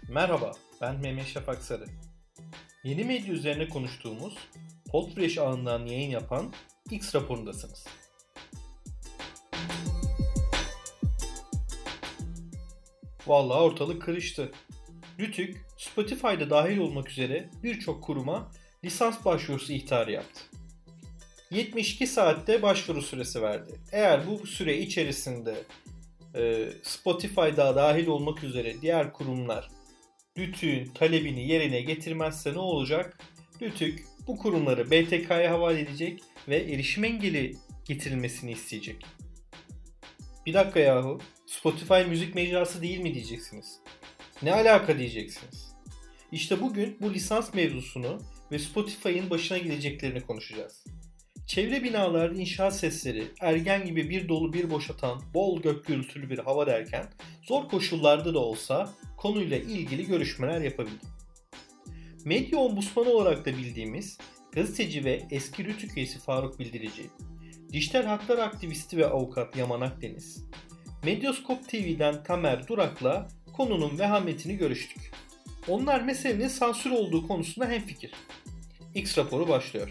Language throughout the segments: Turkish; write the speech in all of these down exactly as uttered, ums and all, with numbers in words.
Merhaba, ben Mehmet Şafak Sarı. Yeni medya üzerine konuştuğumuz Podfresh ağından yayın yapan X raporundasınız. Vallahi ortalık karıştı. Rütük, Spotify'da dahil olmak üzere birçok kuruma lisans başvurusu ihtarı yaptı. yetmiş iki saatte başvuru süresi verdi. Eğer bu süre içerisinde e, Spotify'da dahil olmak üzere diğer kurumlar Rütük'ün talebini yerine getirmezse ne olacak? Rütük bu kurumları B T K'ya havale edecek ve erişim engeli getirilmesini isteyecek. Bir dakika yahu, Spotify müzik mecrası değil mi diyeceksiniz? Ne alaka diyeceksiniz? İşte bugün bu lisans mevzusunu ve Spotify'ın başına geleceklerini konuşacağız. Çevre binalar, inşaat sesleri, ergen gibi bir dolu bir boşatan bol gök gürültülü bir hava derken zor koşullarda da olsa konuyla ilgili görüşmeler yapabildim. Medya ombudsmanı olarak da bildiğimiz gazeteci ve eski Rütük üyesi Faruk Bildirici, dijital haklar aktivisti ve avukat Yaman Akdeniz, Medyaskop T V'den Tamer Durak'la konunun vehametini görüştük. Onlar meselenin sansür olduğu konusunda hemfikir. X raporu başlıyor.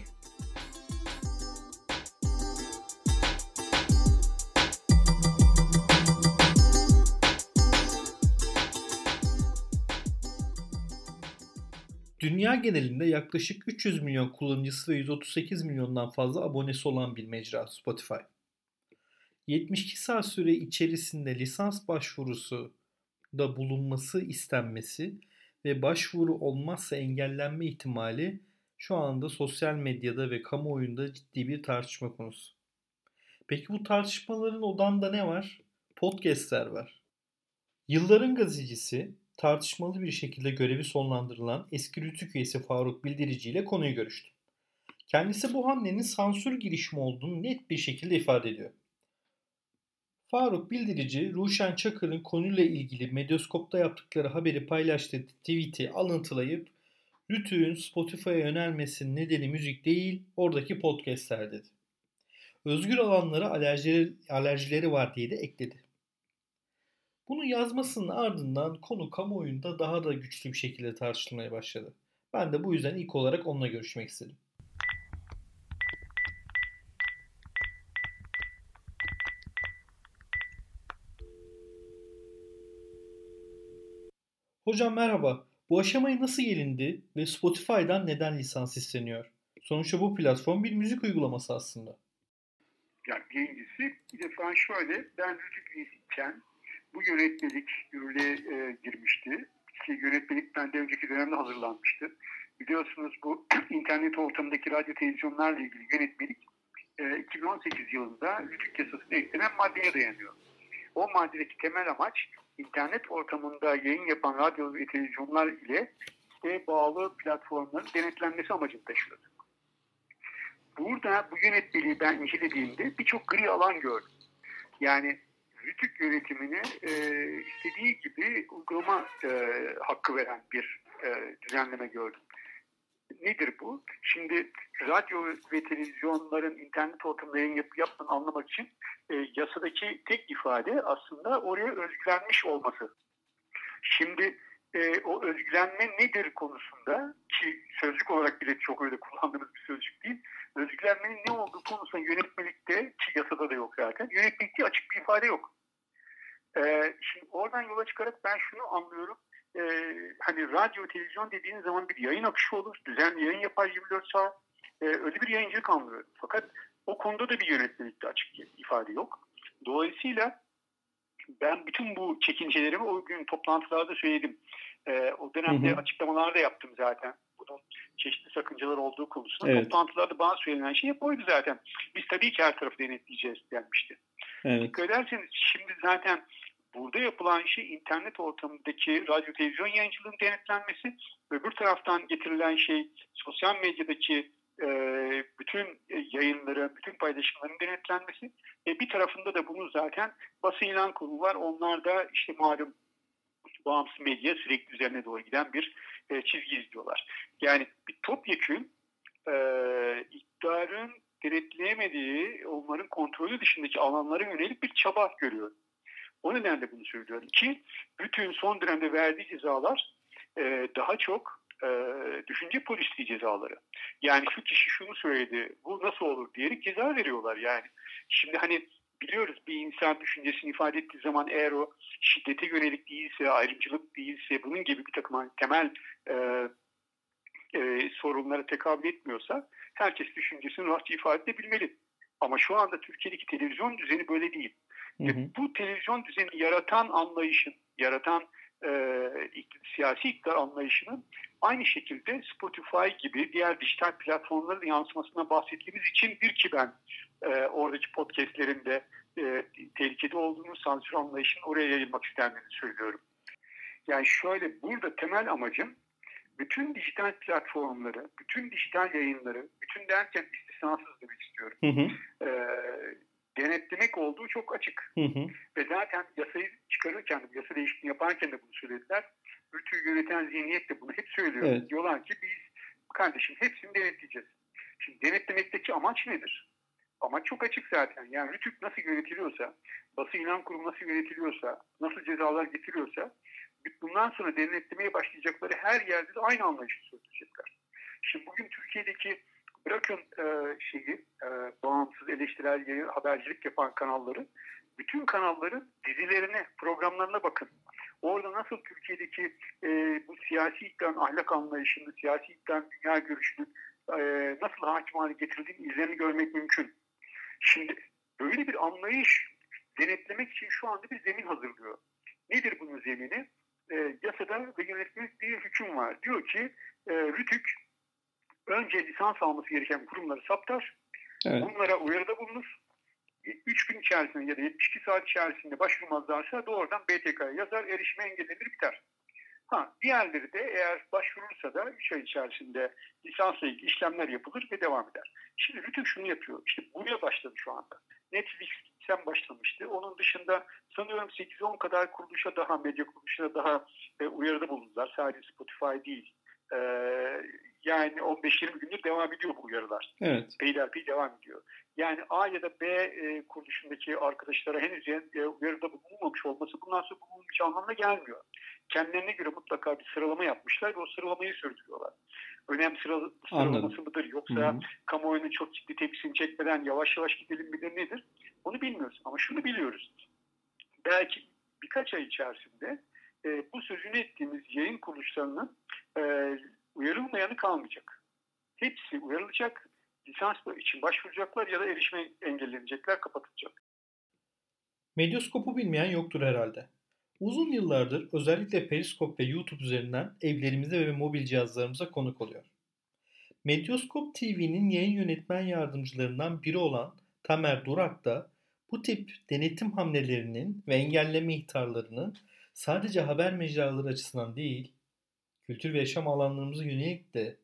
Dünya genelinde yaklaşık üç yüz milyon kullanıcısı ve yüz otuz sekiz milyondan fazla abonesi olan bir mecra Spotify. yetmiş iki saat süre içerisinde lisans başvurusu da bulunması istenmesi ve başvuru olmazsa engellenme ihtimali şu anda sosyal medyada ve kamuoyunda ciddi bir tartışma konusu. Peki bu tartışmaların odağında ne var? Podcast'ler var. Yılların gazetecisi, tartışmalı bir şekilde görevi sonlandırılan eski Rütük üyesi Faruk Bildirici ile konuyu görüştüm. Kendisi bu hamlenin sansür girişimi olduğunu net bir şekilde ifade ediyor. Faruk Bildirici, Ruşen Çakır'ın konuyla ilgili Medyaskop'ta yaptıkları haberi paylaştığı tweet'i alıntılayıp Rütük'ün Spotify'a yönelmesinin nedeni müzik değil, oradaki podcastler dedi. Özgür alanlara alerjileri, alerjileri var diye de ekledi. Bunu yazmasının ardından konu kamuoyunda daha da güçlü bir şekilde tartışılmaya başladı. Ben de bu yüzden ilk olarak onunla görüşmek istedim. Hocam merhaba. Bu aşamaya nasıl gelindi ve Spotify'dan neden lisans isteniyor? Sonuçta bu platform bir müzik uygulaması aslında. Yani birincisi bir defa şöyle, ben Rütük üyesiyken bu yönetmelik yürürlüğe e, girmişti. Ki yönetmelik benden önceki dönemde hazırlanmıştı. Biliyorsunuz bu internet ortamındaki radyo televizyonlarla ilgili yönetmelik e, iki bin on sekiz yılında Rütük yasasına eklenen maddeye dayanıyor. O maddedeki temel amaç internet ortamında yayın yapan radyo ve televizyonlar ile işte bağlı platformların denetlenmesi amacını taşıyordu. Burada bu yönetmeliği ben incelediğimde birçok gri alan gördüm. Yani Rütük yönetimine e, istediği gibi uygulama e, hakkı veren bir e, düzenleme gördüm. Nedir bu? Şimdi radyo ve televizyonların internet ortamında yayın yapıp yaptığını anlamak için e, yasadaki tek ifade aslında oraya özgülenmiş olması. Şimdi e, o özgülenme nedir konusunda, ki sözcük olarak bile çok öyle kullandığımız bir sözcük değil, özgülenmenin ne olduğu konusunda yönetmelikte, ki yasada da yok zaten, yönetmelikte açık bir ifade yok. E, şimdi oradan yola çıkarak ben şunu anlıyorum. Ee, hani radyo, televizyon dediğiniz zaman bir yayın akışı olur, düzenli yayın yapar yirmi dört saat. Ee, öyle bir yayıncılık anlıyorum. Fakat o konuda da bir yönetmelikte açık ifade yok. Dolayısıyla ben bütün bu çekincelerimi o gün toplantılarda söyledim. Ee, o dönemde hı hı. açıklamalar da yaptım zaten. Bunun çeşitli sakıncalar olduğu konusunda. Evet. Toplantılarda bana söylenen şey hep oydu zaten. Biz tabii ki her tarafı denetleyeceğiz denmişti. Evet. Dikkat ederseniz şimdi zaten burada yapılan şey internet ortamındaki radyo televizyon yayıncılığının denetlenmesi, öbür taraftan getirilen şey sosyal medyadaki e, bütün yayınları, bütün paylaşımların denetlenmesi. E, bir tarafında da bunu zaten basın ilan kurulu var. Onlar da işte malum bağımsız medya sürekli üzerine doğru giden bir e, çizgi izliyorlar. Yani bir topyekün e, iktidarın denetleyemediği, onların kontrolü dışındaki alanlara yönelik bir çaba görüyorum. O nedenle bunu söylüyorum ki bütün son dönemde verdiği cezalar e, daha çok e, düşünce polisliği cezaları. Yani şu kişi şunu söyledi, bu nasıl olur diyerek ceza veriyorlar yani. Şimdi hani biliyoruz bir insan düşüncesini ifade ettiği zaman eğer o şiddete yönelik değilse, ayrımcılık değilse, bunun gibi bir takım hani temel e, e, sorunlara tekabül etmiyorsa herkes düşüncesini rahatça ifade edebilmeli. Ama şu anda Türkiye'deki televizyon düzeni böyle değil. Hı hı. Ve bu televizyon düzeni yaratan anlayışın, yaratan e, siyasi iktidar anlayışının aynı şekilde Spotify gibi diğer dijital platformların yansımasına bahsettiğimiz için bir ki ben e, oradaki podcastlerinde e, tehlikede olduğunu, sansür anlayışının oraya yayılmak istendiğini söylüyorum. Yani şöyle, burada temel amacım bütün dijital platformları, bütün dijital yayınları, bütün derken istisnasız demek istiyorum. Hı hı. E, denetlemek olduğu çok açık. Hı hı. Ve zaten yasayı çıkarırken, yasa değişikliğini yaparken de bunu söylediler. Rütü'yü yöneten zihniyet de bunu hep söylüyor. Evet. Diyorlar ki biz kardeşim hepsini denetleyeceğiz. Şimdi denetlemekteki amaç nedir? Amaç çok açık zaten. Yani Rütük nasıl yönetiliyorsa, basın ilan kurumu nasıl yönetiliyorsa, nasıl cezalar getiriyorsa bundan sonra denetlemeye başlayacakları her yerde de aynı anlayışı sürdürecekler. Şimdi bugün Türkiye'deki bırakın e, şeyi, e, bağımsız eleştirel yayın, habercilik yapan kanalları, bütün kanalların dizilerine, programlarına bakın. Orada nasıl Türkiye'deki e, bu siyasi iktidarın ahlak anlayışını, siyasi iktidarın dünya görüşünü e, nasıl hakim hale getirildiğini izlerini görmek mümkün. Şimdi böyle bir anlayış denetlemek için şu anda bir zemin hazırlıyor. Nedir bunun zemini? E, yasada ve yönetmelik bir hüküm var. Diyor ki e, Rütük önce lisans alması gereken kurumları saptar, evet. Bunlara uyarıda bulunur. üç gün içerisinde ya da yetmiş iki saat içerisinde başvurmazlarsa doğrudan B T K'ya yazar, erişime engellenir, biter. Ha, diğerleri de eğer başvurursa da üç ay içerisinde lisansla ilgili işlemler yapılır ve devam eder. Şimdi Rütük şunu yapıyor. İşte buraya başladı şu anda. Netflix'ten başlamıştı. Onun dışında sanıyorum sekiz on kadar kuruluşa daha, medya kuruluşlara daha e, uyarıda bulundular. Sadece Spotify değil. E, yani on beş yirmi gündür devam ediyor bu uyarılar. Evet. Peyderpey devam ediyor. Yani A ya da B e, kuruluşundaki arkadaşlara henüz e, uyarıda bulunmamış olması bundan sonra bulunmuş anlamına gelmiyor. Kendilerine göre mutlaka bir sıralama yapmışlar ve o sıralamayı sürdürüyorlar. Önem sıra, sıralaması mıdır yoksa Hı-hı. kamuoyunun çok ciddi tepkisini çekmeden yavaş yavaş gidelim midir nedir? Onu bilmiyoruz ama şunu biliyoruz. Belki birkaç ay içerisinde e, bu sözünü ettiğimiz yayın kuruluşlarının e, uyarılmayanı kalmayacak. Hepsi uyarılacak, lisans için başvuracaklar ya da erişime engellenecekler, kapatılacak. Medyaskop'u bilmeyen yoktur herhalde. Uzun yıllardır özellikle Periskop ve YouTube üzerinden evlerimize ve mobil cihazlarımıza konuk oluyor. Medyaskop T V'nin yayın yönetmen yardımcılarından biri olan Tamer Durak da bu tip denetim hamlelerinin ve engelleme ihtarlarını sadece haber mecraları açısından değil, kültür ve yaşam alanlarımıza yönelik de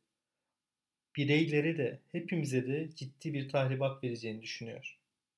bireylere de hepimize de ciddi bir tahribat vereceğini düşünüyor.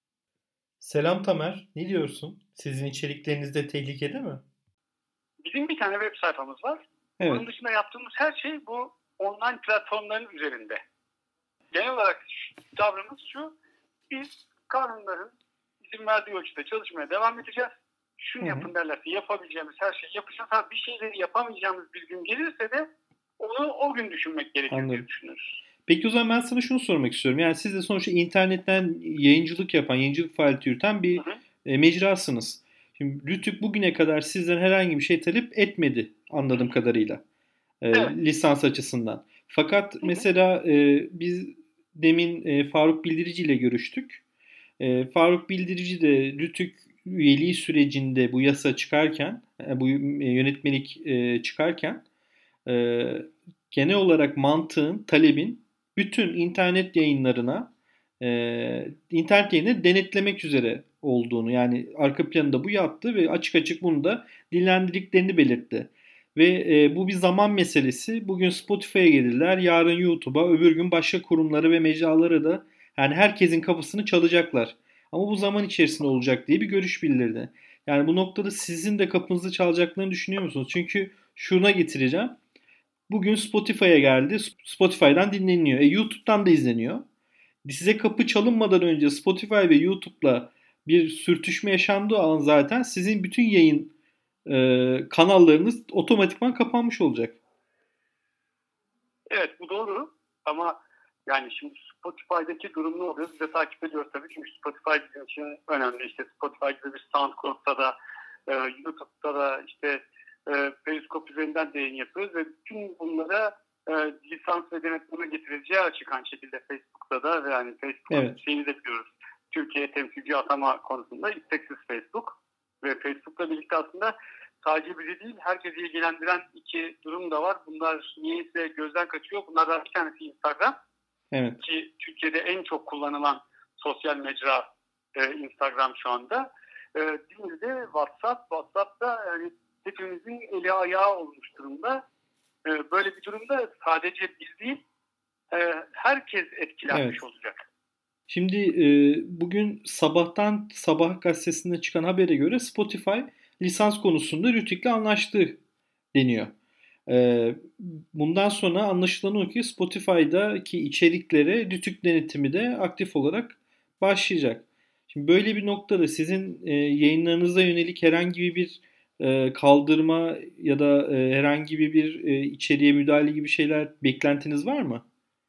Selam Tamer, ne diyorsun? Sizin içerikleriniz de tehlikede mi? Bizim bir tane web sayfamız var. Evet. Onun dışında yaptığımız her şey bu online platformların üzerinde. Genel olarak tavrımız şu, biz kanunların izin verdiği ölçüde çalışmaya devam edeceğiz. Şunu Hı-hı. yapın derlerse yapabileceğimiz her şeyi yapacağız. Ha, bir şeyleri yapamayacağımız bir gün gelirse de onu o gün düşünmek gerekiyor diye düşünürüz. Peki o zaman ben sana şunu sormak istiyorum. Yani siz de sonuçta internetten yayıncılık yapan, yayıncılık faaliyeti yürüten bir hı hı. E, mecrasınız. Şimdi Rütük bugüne kadar sizden herhangi bir şey talep etmedi anladığım kadarıyla. E, evet. Lisans açısından. Fakat hı hı. mesela e, biz demin e, Faruk Bildirici ile görüştük. E, Faruk Bildirici de Rütük üyeliği sürecinde bu yasa çıkarken, e, bu yönetmelik e, çıkarken e, genel olarak mantığın, talebin bütün internet yayınlarına e, internet yayını denetlemek üzere olduğunu, yani arka planında bu yattı ve açık açık bunu da dillendirdiklerini belirtti. Ve e, bu bir zaman meselesi. Bugün Spotify'a gelirler, yarın YouTube'a, öbür gün başka kurumları ve mecraları da, yani herkesin kapısını çalacaklar. Ama bu zaman içerisinde olacak diye bir görüş bildirdi. Yani bu noktada sizin de kapınızı çalacaklarını düşünüyor musunuz? Çünkü şuna getireceğim. Bugün Spotify'a geldi. Spotify'dan dinleniyor. E, YouTube'dan da izleniyor. Size kapı çalınmadan önce Spotify ve YouTube'la bir sürtüşme yaşandığı an zaten sizin bütün yayın e, kanallarınız otomatikman kapanmış olacak. Evet, bu doğru ama yani şimdi Spotify'daki durum ne oluyor? Biz de takip ediyoruz tabii çünkü Spotify bizim için önemli. İşte Spotify gibi bir SoundCloud'da da, e, YouTube'da da, işte e, Periscope üzerinden de yayın yapıyoruz ve bütün bunlara e, lisans ve denetleme getirileceği açık aynı şekilde Facebook'ta da ve yani Facebook'un Evet. şeyini de biliyoruz. Türkiye temsilci atama konusunda isteksiz Facebook ve Facebook'la birlikte aslında sadece bizi değil, herkesi ilgilendiren iki durum da var. Bunlar niyeyse gözden kaçıyor. Bunlardan bir tanesi Instagram. Evet. Ki Türkiye'de en çok kullanılan sosyal mecra e, Instagram şu anda. E, diğeri de WhatsApp. WhatsApp da yani hepimizin eli ayağı olmuş durumda. E, böyle bir durumda sadece biz değil, e, herkes etkilenmiş Evet. olacak. Şimdi e, bugün sabahtan Sabah gazetesinde çıkan habere göre Spotify lisans konusunda Rütük'le anlaştı deniyor. E, bundan sonra anlaşılan o ki Spotify'daki içeriklere Rütük denetimi de aktif olarak başlayacak. Şimdi böyle bir noktada sizin e, yayınlarınıza yönelik herhangi bir e, kaldırma ya da e, herhangi bir e, içeriğe müdahale gibi şeyler beklentiniz var mı?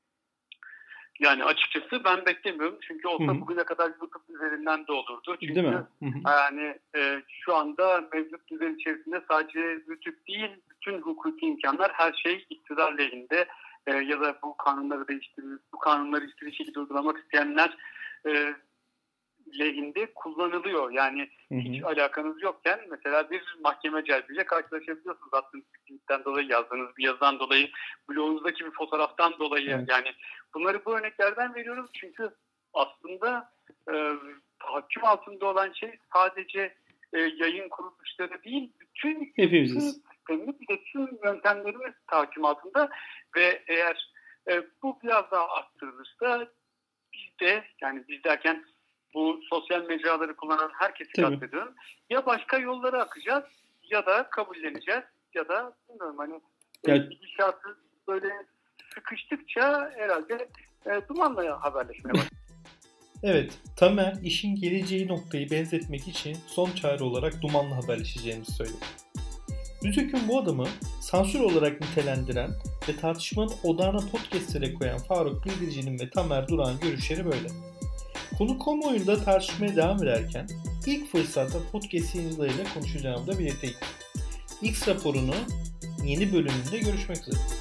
Yani açıkçası ben beklemiyorum. Çünkü olsa Hı-hı. bugüne kadar YouTube üzerinden de olurdu. Çünkü Değil mi? Hı-hı. yani e, şu anda mevcut düzen içerisinde sadece YouTube değil, bütün hukuki imkanlar, her şey iktidar lehinde e, ya da bu kanunları değiştirir, bu kanunları istediği şekilde uygulamak isteyenler e, lehinde kullanılıyor. Yani Hı-hı. hiç alakanız yokken mesela bir mahkeme celbiyle karşılaşabiliyorsunuz. Attığınız bir tweetten dolayı, yazdığınız bir yazıdan dolayı, blogunuzdaki bir fotoğraftan dolayı. Evet. Yani bunları bu örneklerden veriyoruz çünkü aslında e, tahakküm altında olan şey sadece e, yayın kuruluşları değil, bütün hepimiziz. sistemli iletişim yöntemlerimiz tahakküm altında ve eğer e, bu biraz daha arttırılırsa biz de, yani biz derken bu sosyal mecraları kullanan herkesi kastediyorum. Ya başka yollara akacağız ya da kabulleneceğiz ya da bilmiyorum hani Ya, gidişatı böyle sıkıştıkça herhalde e, dumanla haberleşmeye başlayacağız. Evet, Tamer işin geleceği noktayı benzetmek için son çare olarak Duman'la haberleşeceğimizi söyledi. Rütük'ün bu adamı sansür olarak nitelendiren ve tartışmanın odağına podcastlere koyan Faruk Bildirici'nin ve Tamer Durak'ın görüşleri böyle. Konu kamuoyunda tartışmaya devam ederken ilk fırsatta podcast yayıncılarıyla konuşacağımı da belirteyim. X raporunu yeni bölümünde görüşmek üzere.